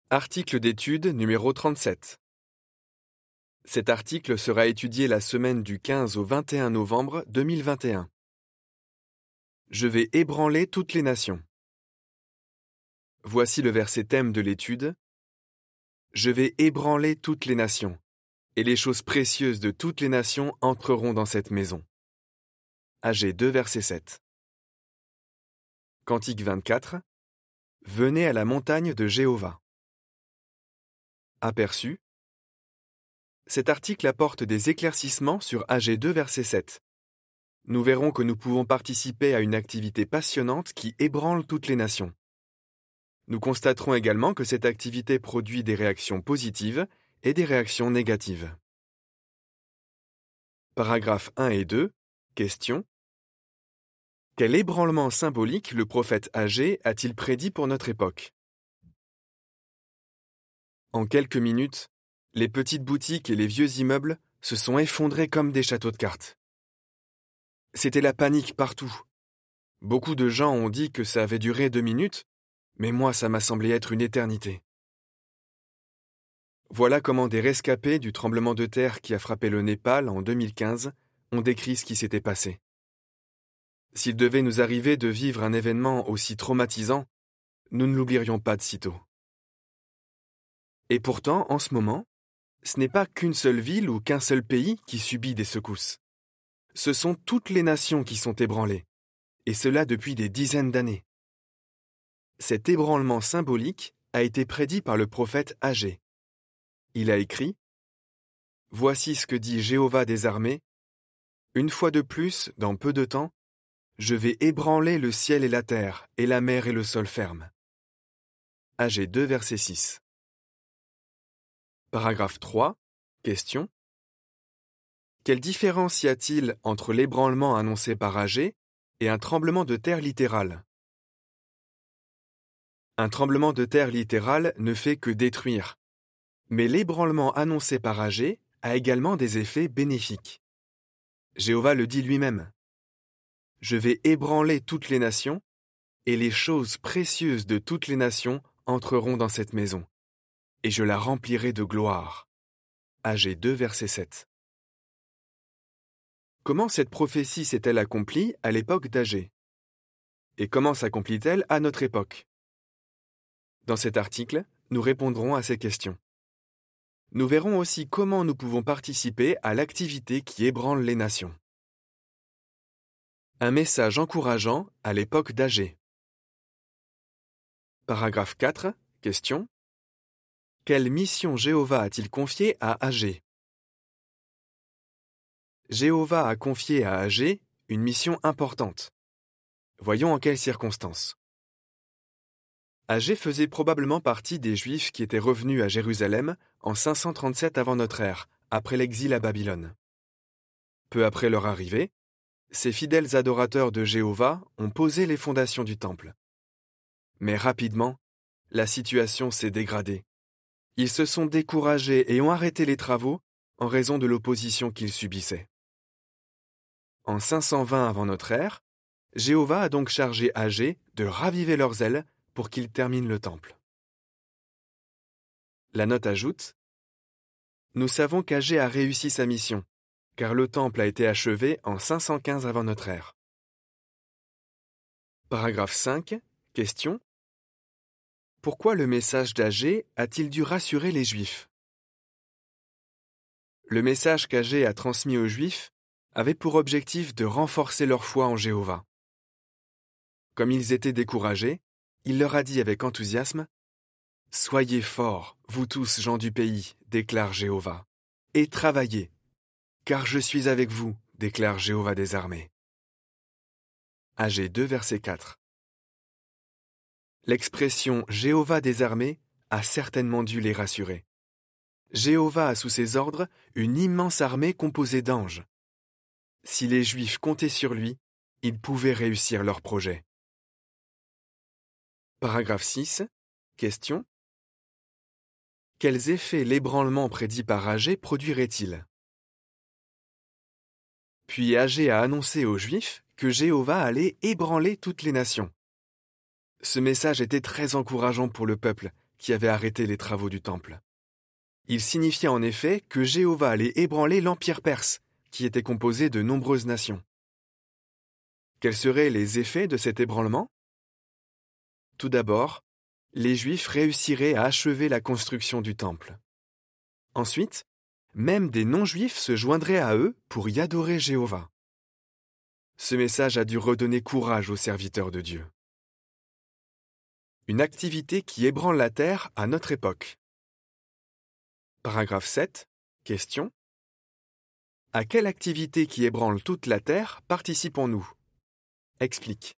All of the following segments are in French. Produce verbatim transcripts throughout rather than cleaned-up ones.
Article d'étude numéro trente-sept. Cet article sera étudié la semaine du quinze au vingt et un novembre deux mille vingt et un. Je vais ébranler toutes les nations. Voici le verset thème de l'étude. Je vais ébranler toutes les nations, et les choses précieuses de toutes les nations entreront dans cette maison. Agé deux, verset sept. Cantique vingt-quatre. Venez à la montagne de Jéhovah. Aperçu. Cet article apporte des éclaircissements sur Agé deux, verset sept. Nous verrons que nous pouvons participer à une activité passionnante qui ébranle toutes les nations. Nous constaterons également que cette activité produit des réactions positives et des réactions négatives. Paragraphes un et deux. Question. Quel ébranlement symbolique le prophète Agé a-t-il prédit pour notre époque? En quelques minutes, les petites boutiques et les vieux immeubles se sont effondrés comme des châteaux de cartes. C'était la panique partout. Beaucoup de gens ont dit que ça avait duré deux minutes, mais moi ça m'a semblé être une éternité. Voilà comment des rescapés du tremblement de terre qui a frappé le Népal en deux mille quinze ont décrit ce qui s'était passé. S'il devait nous arriver de vivre un événement aussi traumatisant, nous ne l'oublierions pas de sitôt. Et pourtant, en ce moment, ce n'est pas qu'une seule ville ou qu'un seul pays qui subit des secousses. Ce sont toutes les nations qui sont ébranlées, et cela depuis des dizaines d'années. Cet ébranlement symbolique a été prédit par le prophète Agé. Il a écrit « Voici ce que dit Jéhovah des armées. Une fois de plus, dans peu de temps, je vais ébranler le ciel et la terre, et la mer et le sol ferme. » Agé deux, verset six. Paragraphe trois. Question. Quelle différence y a-t-il entre l'ébranlement annoncé par Agé et un tremblement de terre littéral? Un tremblement de terre littéral ne fait que détruire, mais l'ébranlement annoncé par Agé a également des effets bénéfiques. Jéhovah le dit lui-même. Je vais ébranler toutes les nations, et les choses précieuses de toutes les nations entreront dans cette maison, et je la remplirai de gloire. Agé deux, verset sept. Comment cette prophétie s'est-elle accomplie à l'époque d'Agé? Et comment s'accomplit-elle à notre époque? Dans cet article, nous répondrons à ces questions. Nous verrons aussi comment nous pouvons participer à l'activité qui ébranle les nations. Un message encourageant à l'époque d'Agé. Paragraphe quatre. Question. Quelle mission Jéhovah a-t-il confiée à Agé? Jéhovah a confié à Agé une mission importante. Voyons en quelles circonstances. Agé faisait probablement partie des Juifs qui étaient revenus à Jérusalem en cinq cent trente-sept avant notre ère, après l'exil à Babylone. Peu après leur arrivée, ces fidèles adorateurs de Jéhovah ont posé les fondations du temple. Mais rapidement, la situation s'est dégradée. Ils se sont découragés et ont arrêté les travaux en raison de l'opposition qu'ils subissaient. En cinq cent vingt avant notre ère, Jéhovah a donc chargé Agé de raviver leurs ailes pour qu'ils terminent le temple. La note ajoute « Nous savons qu'Agé a réussi sa mission, car le temple a été achevé en cinq cent quinze avant notre ère. » Paragraphe cinq. Question. Pourquoi le message d'Agé a-t-il dû rassurer les Juifs? Le message qu'Agé a transmis aux Juifs avait pour objectif de renforcer leur foi en Jéhovah. Comme ils étaient découragés, il leur a dit avec enthousiasme « Soyez forts, vous tous gens du pays, déclare Jéhovah, et travaillez, car je suis avec vous, déclare Jéhovah des armées. » Agé deux, verset quatre. L'expression « Jéhovah des armées » a certainement dû les rassurer. Jéhovah a sous ses ordres une immense armée composée d'anges. Si les Juifs comptaient sur lui, ils pouvaient réussir leur projet. Paragraphe six. Question. Quels effets l'ébranlement prédit par Agé produirait-il? Puis Agé a annoncé aux Juifs que Jéhovah allait ébranler toutes les nations. Ce message était très encourageant pour le peuple, qui avait arrêté les travaux du temple. Il signifiait en effet que Jéhovah allait ébranler l'empire perse, qui était composé de nombreuses nations. Quels seraient les effets de cet ébranlement? Tout d'abord, les Juifs réussiraient à achever la construction du temple. Ensuite, même des non-Juifs se joindraient à eux pour y adorer Jéhovah. Ce message a dû redonner courage aux serviteurs de Dieu. Une activité qui ébranle la terre à notre époque. Paragraphe sept. Question. À quelle activité qui ébranle toute la terre participons-nous? Explique.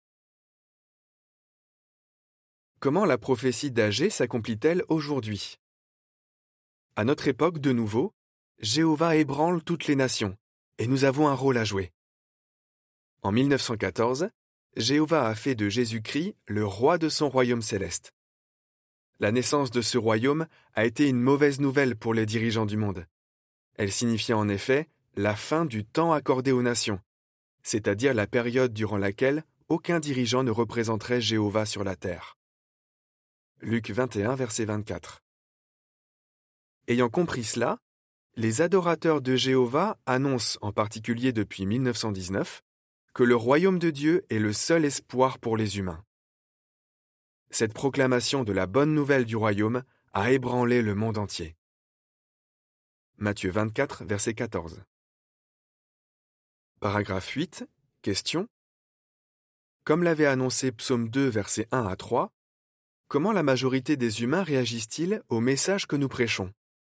Comment la prophétie d'Agé s'accomplit-elle aujourd'hui? À notre époque, de nouveau, Jéhovah ébranle toutes les nations, et nous avons un rôle à jouer. En mille neuf cent quatorze, Jéhovah a fait de Jésus-Christ le roi de son royaume céleste. La naissance de ce royaume a été une mauvaise nouvelle pour les dirigeants du monde. Elle signifiait en effet la fin du temps accordé aux nations, c'est-à-dire la période durant laquelle aucun dirigeant ne représenterait Jéhovah sur la terre. Luc vingt et un, verset vingt-quatre. Ayant compris cela, les adorateurs de Jéhovah annoncent, en particulier depuis mille neuf cent dix-neuf, que le royaume de Dieu est le seul espoir pour les humains. Cette proclamation de la bonne nouvelle du royaume a ébranlé le monde entier. Matthieu vingt-quatre, verset quatorze. Paragraphe huit. Question. Comme l'avait annoncé Psaume deux, versets un à trois, comment la majorité des humains réagissent-ils au message que nous prêchons?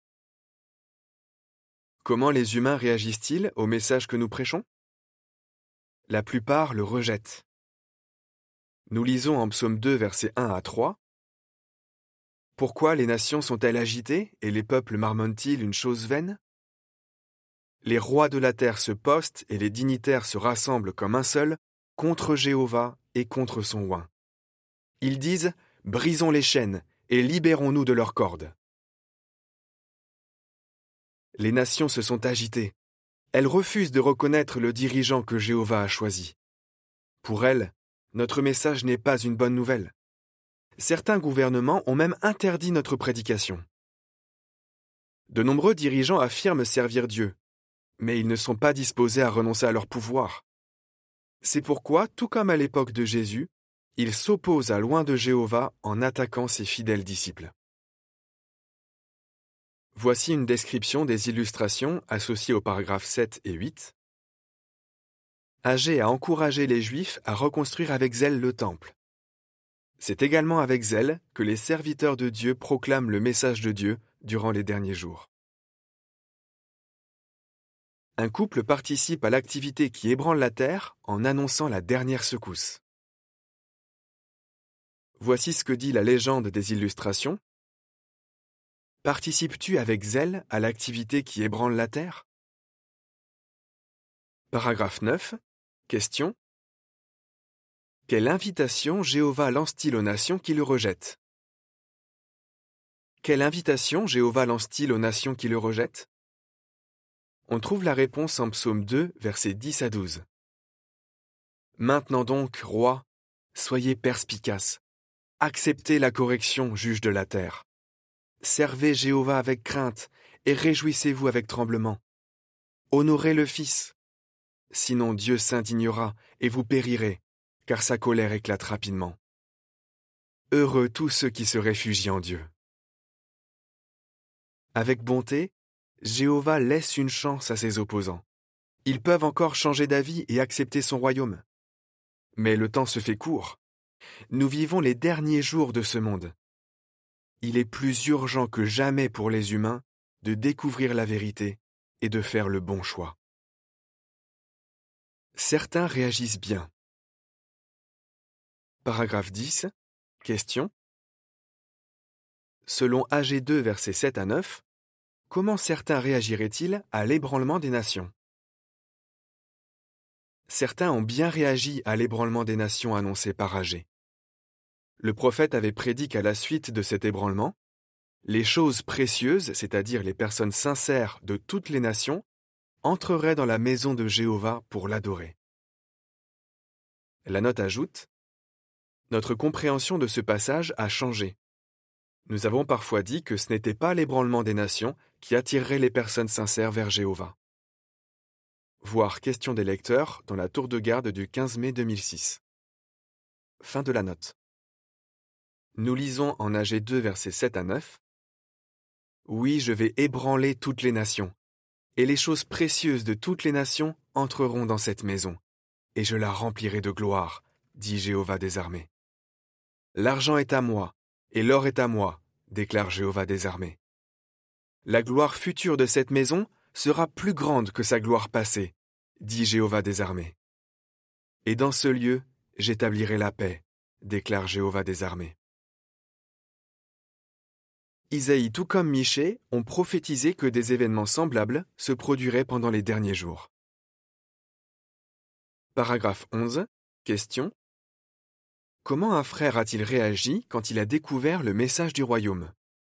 Comment les humains réagissent-ils au message que nous prêchons? La plupart le rejettent. Nous lisons en Psaume deux, versets un à trois. Pourquoi les nations sont-elles agitées et les peuples marmonnent-ils une chose vaine? Les rois de la terre se postent et les dignitaires se rassemblent comme un seul contre Jéhovah et contre son oint. Ils disent « Brisons les chaînes et libérons-nous de leurs cordes ». Les nations se sont agitées. Elles refusent de reconnaître le dirigeant que Jéhovah a choisi. Pour elles, notre message n'est pas une bonne nouvelle. Certains gouvernements ont même interdit notre prédication. De nombreux dirigeants affirment servir Dieu, mais ils ne sont pas disposés à renoncer à leur pouvoir. C'est pourquoi, tout comme à l'époque de Jésus, ils s'opposent à loin de Jéhovah en attaquant ses fidèles disciples. Voici une description des illustrations associées aux paragraphes sept et huit. Agé a encouragé les Juifs à reconstruire avec zèle le temple. C'est également avec zèle que les serviteurs de Dieu proclament le message de Dieu durant les derniers jours. Un couple participe à l'activité qui ébranle la terre en annonçant la dernière secousse. Voici ce que dit la légende des illustrations. Participes-tu avec zèle à l'activité qui ébranle la terre? Paragraphe neuf. Question. Quelle invitation Jéhovah lance-t-il aux nations qui le rejettent? Quelle invitation Jéhovah lance-t-il aux nations qui le rejettent? On trouve la réponse en Psaume deux, versets dix à douze. Maintenant donc, roi, soyez perspicaces. Acceptez la correction, juge de la terre. Servez Jéhovah avec crainte et réjouissez-vous avec tremblement. Honorez le Fils. Sinon Dieu s'indignera et vous périrez, car sa colère éclate rapidement. Heureux tous ceux qui se réfugient en Dieu. Avec bonté, Jéhovah laisse une chance à ses opposants. Ils peuvent encore changer d'avis et accepter son royaume. Mais le temps se fait court. Nous vivons les derniers jours de ce monde. Il est plus urgent que jamais pour les humains de découvrir la vérité et de faire le bon choix. Certains réagissent bien. Paragraphe dix. Question. Selon Agé deux, versets sept à neuf, comment certains réagiraient-ils à l'ébranlement des nations? Certains ont bien réagi à l'ébranlement des nations annoncé par Agé. Le prophète avait prédit qu'à la suite de cet ébranlement, les choses précieuses, c'est-à-dire les personnes sincères de toutes les nations, entreraient dans la maison de Jéhovah pour l'adorer. La note ajoute: Notre compréhension de ce passage a changé. Nous avons parfois dit que ce n'était pas l'ébranlement des nations qui attirerait les personnes sincères vers Jéhovah. Voir Questions des lecteurs dans la tour de garde du quinze mai deux mille six. Fin de la note. Nous lisons en A G deux versets sept à neuf. Oui, je vais ébranler toutes les nations, et les choses précieuses de toutes les nations entreront dans cette maison, et je la remplirai de gloire, dit Jéhovah des armées. L'argent est à moi, et l'or est à moi, déclare Jéhovah des armées. La gloire future de cette maison sera plus grande que sa gloire passée, dit Jéhovah des armées. Et dans ce lieu, j'établirai la paix, déclare Jéhovah des armées. Isaïe tout comme Michée ont prophétisé que des événements semblables se produiraient pendant les derniers jours. Paragraphe onze. Question. Comment un frère a-t-il réagi quand il a découvert le message du royaume?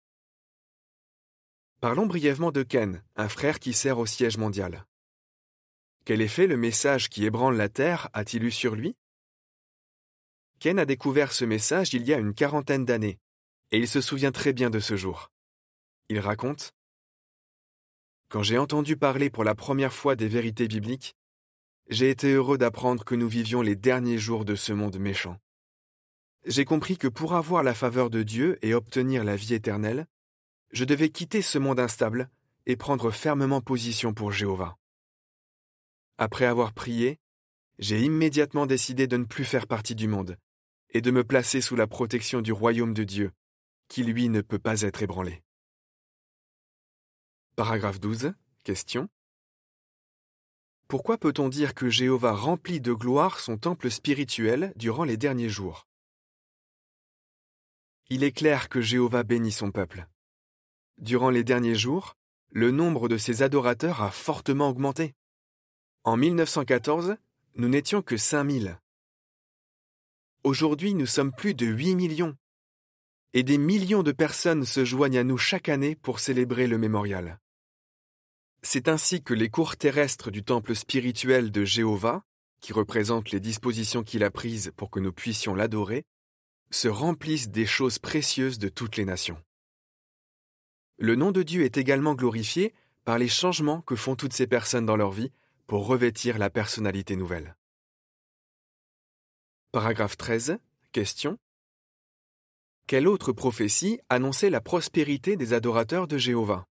Parlons brièvement de Ken, un frère qui sert au siège mondial. Quel effet le message qui ébranle la terre a-t-il eu sur lui? Ken a découvert ce message il y a une quarantaine d'années, et il se souvient très bien de ce jour. Il raconte : Quand j'ai entendu parler pour la première fois des vérités bibliques, j'ai été heureux d'apprendre que nous vivions les derniers jours de ce monde méchant. J'ai compris que pour avoir la faveur de Dieu et obtenir la vie éternelle, je devais quitter ce monde instable et prendre fermement position pour Jéhovah. Après avoir prié, j'ai immédiatement décidé de ne plus faire partie du monde et de me placer sous la protection du royaume de Dieu, qui lui ne peut pas être ébranlé. Paragraphe douze. Question. Pourquoi peut-on dire que Jéhovah remplit de gloire son temple spirituel durant les derniers jours? Il est clair que Jéhovah bénit son peuple. Durant les derniers jours, le nombre de ses adorateurs a fortement augmenté. En mille neuf cent quatorze, nous n'étions que cinq mille. Aujourd'hui, nous sommes plus de huit millions. Et des millions de personnes se joignent à nous chaque année pour célébrer le mémorial. C'est ainsi que les cours terrestres du temple spirituel de Jéhovah, qui représentent les dispositions qu'il a prises pour que nous puissions l'adorer, se remplissent des choses précieuses de toutes les nations. Le nom de Dieu est également glorifié par les changements que font toutes ces personnes dans leur vie pour revêtir la personnalité nouvelle. Paragraphe treize. Question. Quelle autre prophétie annonçait la prospérité des adorateurs de Jéhovah?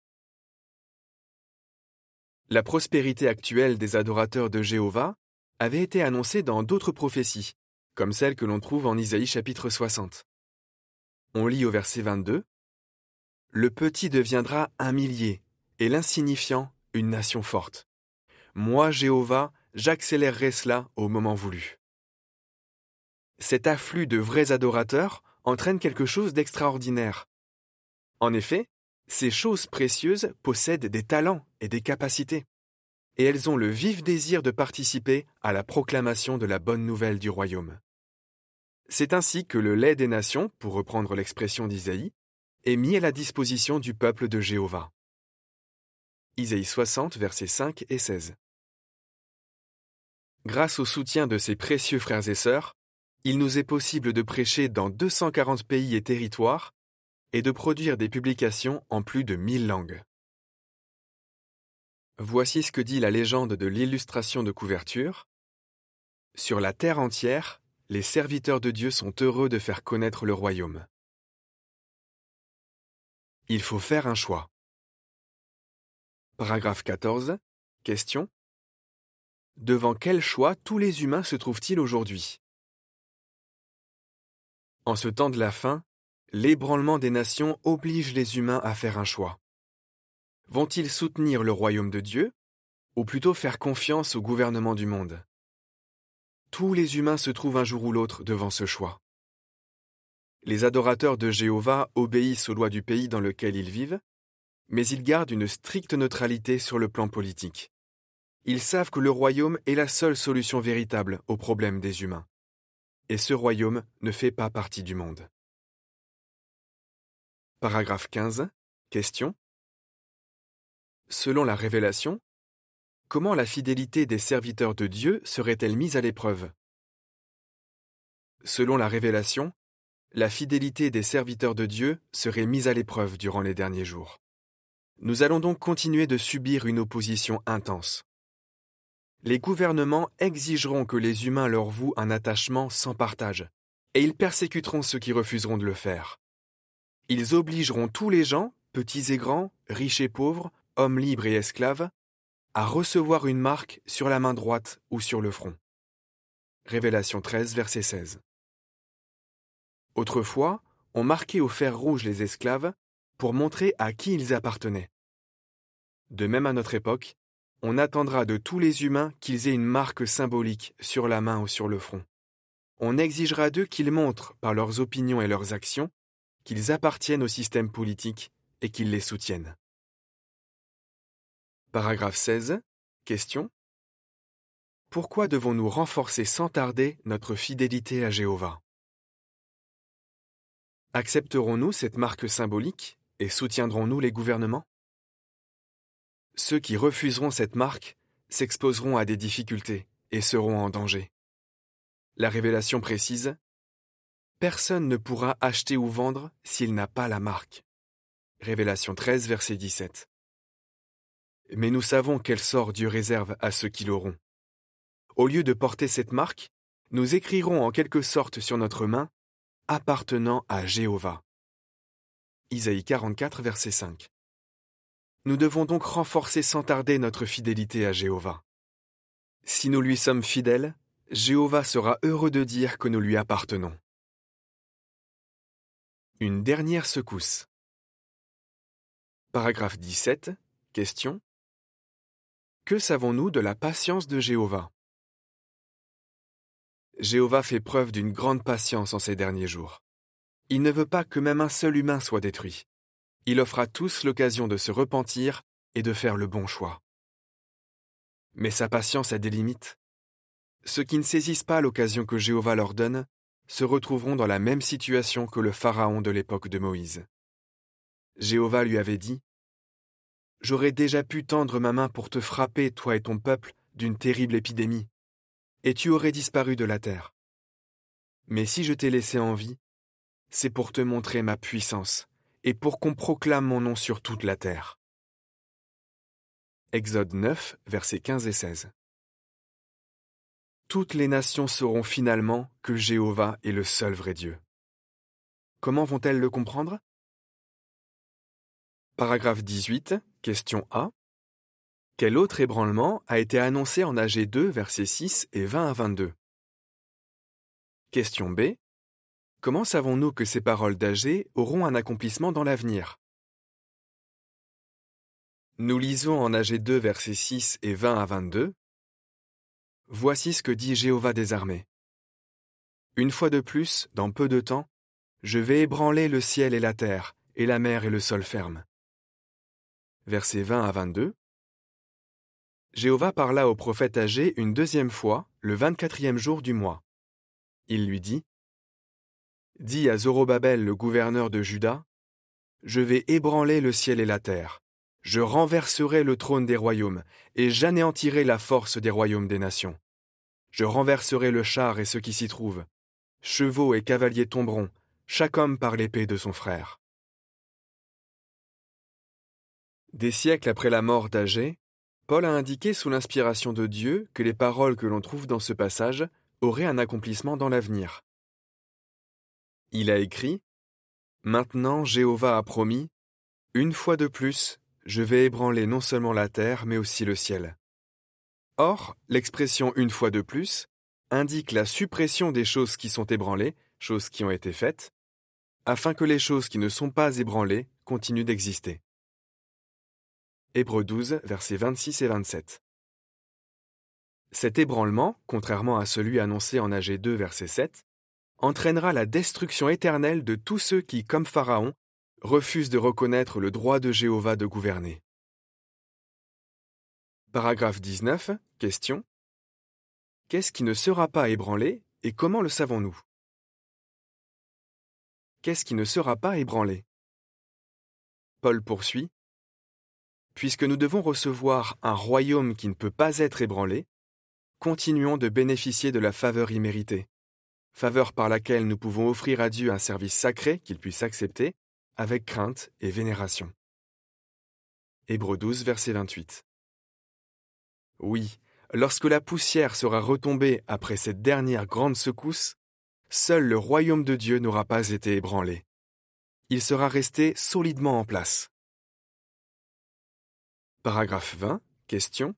La prospérité actuelle des adorateurs de Jéhovah avait été annoncée dans d'autres prophéties, comme celle que l'on trouve en Isaïe chapitre soixante. On lit au verset vingt-deux : « Le petit deviendra un millier, et l'insignifiant une nation forte. Moi, Jéhovah, j'accélérerai cela au moment voulu. » Cet afflux de vrais adorateurs entraîne quelque chose d'extraordinaire. En effet, ces choses précieuses possèdent des talents et des capacités, et elles ont le vif désir de participer à la proclamation de la bonne nouvelle du royaume. C'est ainsi que le lait des nations, pour reprendre l'expression d'Isaïe, est mis à la disposition du peuple de Jéhovah. Isaïe soixante, versets cinq et seize. Grâce au soutien de ces précieux frères et sœurs, il nous est possible de prêcher dans deux cent quarante pays et territoires et de produire des publications en plus de mille langues. Voici ce que dit la légende de l'illustration de couverture. Sur la terre entière, les serviteurs de Dieu sont heureux de faire connaître le royaume. Il faut faire un choix. Paragraphe quatorze. Question. Devant quel choix tous les humains se trouvent-ils aujourd'hui? En ce temps de la fin, l'ébranlement des nations oblige les humains à faire un choix. Vont-ils soutenir le royaume de Dieu, ou plutôt faire confiance au gouvernement du monde? Tous les humains se trouvent un jour ou l'autre devant ce choix. Les adorateurs de Jéhovah obéissent aux lois du pays dans lequel ils vivent, mais ils gardent une stricte neutralité sur le plan politique. Ils savent que le royaume est la seule solution véritable aux problèmes des humains. Et ce royaume ne fait pas partie du monde. Paragraphe quinze. Question. Selon la Révélation, comment la fidélité des serviteurs de Dieu serait-elle mise à l'épreuve? Selon la Révélation, la fidélité des serviteurs de Dieu serait mise à l'épreuve durant les derniers jours. Nous allons donc continuer de subir une opposition intense. Les gouvernements exigeront que les humains leur vouent un attachement sans partage, et ils persécuteront ceux qui refuseront de le faire. Ils obligeront tous les gens, petits et grands, riches et pauvres, hommes libres et esclaves, à recevoir une marque sur la main droite ou sur le front. Révélation treize, verset seize. Autrefois, on marquait au fer rouge les esclaves pour montrer à qui ils appartenaient. De même à notre époque, on attendra de tous les humains qu'ils aient une marque symbolique sur la main ou sur le front. On exigera d'eux qu'ils montrent, par leurs opinions et leurs actions, qu'ils appartiennent au système politique et qu'ils les soutiennent. Paragraphe seize. Question. Pourquoi devons-nous renforcer sans tarder notre fidélité à Jéhovah? Accepterons-nous cette marque symbolique et soutiendrons-nous les gouvernements? Ceux qui refuseront cette marque s'exposeront à des difficultés et seront en danger. La révélation précise: personne ne pourra acheter ou vendre s'il n'a pas la marque. Révélation treize, verset dix-sept. Mais nous savons quel sort Dieu réserve à ceux qui l'auront. Au lieu de porter cette marque, nous écrirons en quelque sorte sur notre main « appartenant à Jéhovah ». Isaïe quarante-quatre, verset cinq. Nous devons donc renforcer sans tarder notre fidélité à Jéhovah. Si nous lui sommes fidèles, Jéhovah sera heureux de dire que nous lui appartenons. Une dernière secousse. Paragraphe dix-sept. Question. Que savons-nous de la patience de Jéhovah? Jéhovah fait preuve d'une grande patience en ces derniers jours. Il ne veut pas que même un seul humain soit détruit. Il offre à tous l'occasion de se repentir et de faire le bon choix. Mais sa patience a des limites. Ceux qui ne saisissent pas l'occasion que Jéhovah leur donne se retrouveront dans la même situation que le pharaon de l'époque de Moïse. Jéhovah lui avait dit: « J'aurais déjà pu tendre ma main pour te frapper, toi et ton peuple, d'une terrible épidémie, et tu aurais disparu de la terre. Mais si je t'ai laissé en vie, c'est pour te montrer ma puissance, et pour qu'on proclame mon nom sur toute la terre. » Exode neuf, versets quinze et seize. Toutes les nations sauront finalement que Jéhovah est le seul vrai Dieu. Comment vont-elles le comprendre? Paragraphe dix-huit, question A. Quel autre ébranlement a été annoncé en Agé deux, versets six et vingt à vingt-deux? Question B. Comment savons-nous que ces paroles d'Agé auront un accomplissement dans l'avenir? Nous lisons en Agé deux, versets six et vingt à vingt-deux. Voici ce que dit Jéhovah des armées. Une fois de plus, dans peu de temps, je vais ébranler le ciel et la terre, et la mer et le sol ferme. Versets vingt à vingt-deux. Jéhovah parla au prophète Agé une deuxième fois, le vingt-quatrième jour du mois. Il lui dit: Dis à Zorobabel, le gouverneur de Juda, je vais ébranler le ciel et la terre. Je renverserai le trône des royaumes, et j'anéantirai la force des royaumes des nations. Je renverserai le char et ceux qui s'y trouvent. Chevaux et cavaliers tomberont, chaque homme par l'épée de son frère. Des siècles après la mort d'Agé, Paul a indiqué sous l'inspiration de Dieu que les paroles que l'on trouve dans ce passage auraient un accomplissement dans l'avenir. Il a écrit: « Maintenant Jéhovah a promis, une fois de plus, je vais ébranler non seulement la terre, mais aussi le ciel. » Or, l'expression « une fois de plus » indique la suppression des choses qui sont ébranlées, choses qui ont été faites, afin que les choses qui ne sont pas ébranlées continuent d'exister. Hébreux douze, versets vingt-six et vingt-sept. Cet ébranlement, contrairement à celui annoncé en Agé deux, verset sept, entraînera la destruction éternelle de tous ceux qui, comme Pharaon, refusent de reconnaître le droit de Jéhovah de gouverner. Paragraphe dix-neuf, question. Qu'est-ce qui ne sera pas ébranlé et comment le savons-nous? Qu'est-ce qui ne sera pas ébranlé? Paul poursuit. Puisque nous devons recevoir un royaume qui ne peut pas être ébranlé, continuons de bénéficier de la faveur imméritée. faveur par laquelle nous pouvons offrir à Dieu un service sacré qu'il puisse accepter, avec crainte et vénération. Hébreux douze, verset vingt-huit. Oui, lorsque la poussière sera retombée après cette dernière grande secousse, seul le royaume de Dieu n'aura pas été ébranlé. Il sera resté solidement en place. Paragraphe vingt. Question.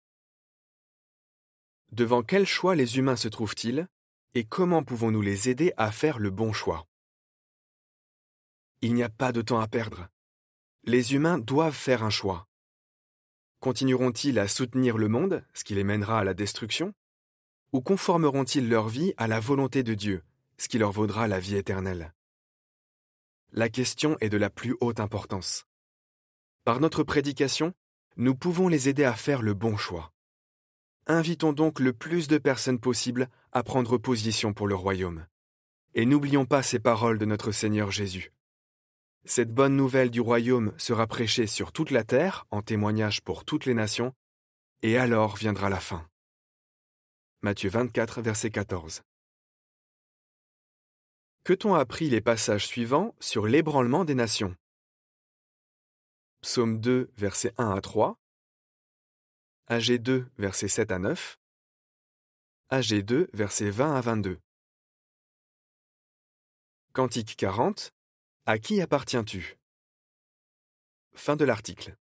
Devant quel choix les humains se trouvent-ils et comment pouvons-nous les aider à faire le bon choix? Il n'y a pas de temps à perdre. Les humains doivent faire un choix. Continueront-ils à soutenir le monde, ce qui les mènera à la destruction? Ou conformeront-ils leur vie à la volonté de Dieu, ce qui leur vaudra la vie éternelle? La question est de la plus haute importance. Par notre prédication, nous pouvons les aider à faire le bon choix. Invitons donc le plus de personnes possible à prendre position pour le royaume. Et n'oublions pas ces paroles de notre Seigneur Jésus. Cette bonne nouvelle du royaume sera prêchée sur toute la terre, en témoignage pour toutes les nations, et alors viendra la fin. Matthieu vingt-quatre, verset quatorze. Que t'ont appris les passages suivants sur l'ébranlement des nations? Psaume deux, versets un à trois, Agé deux, versets sept à neuf, Agé deux, versets vingt à vingt-deux. Cantique quarante. À qui appartiens-tu? Fin de l'article.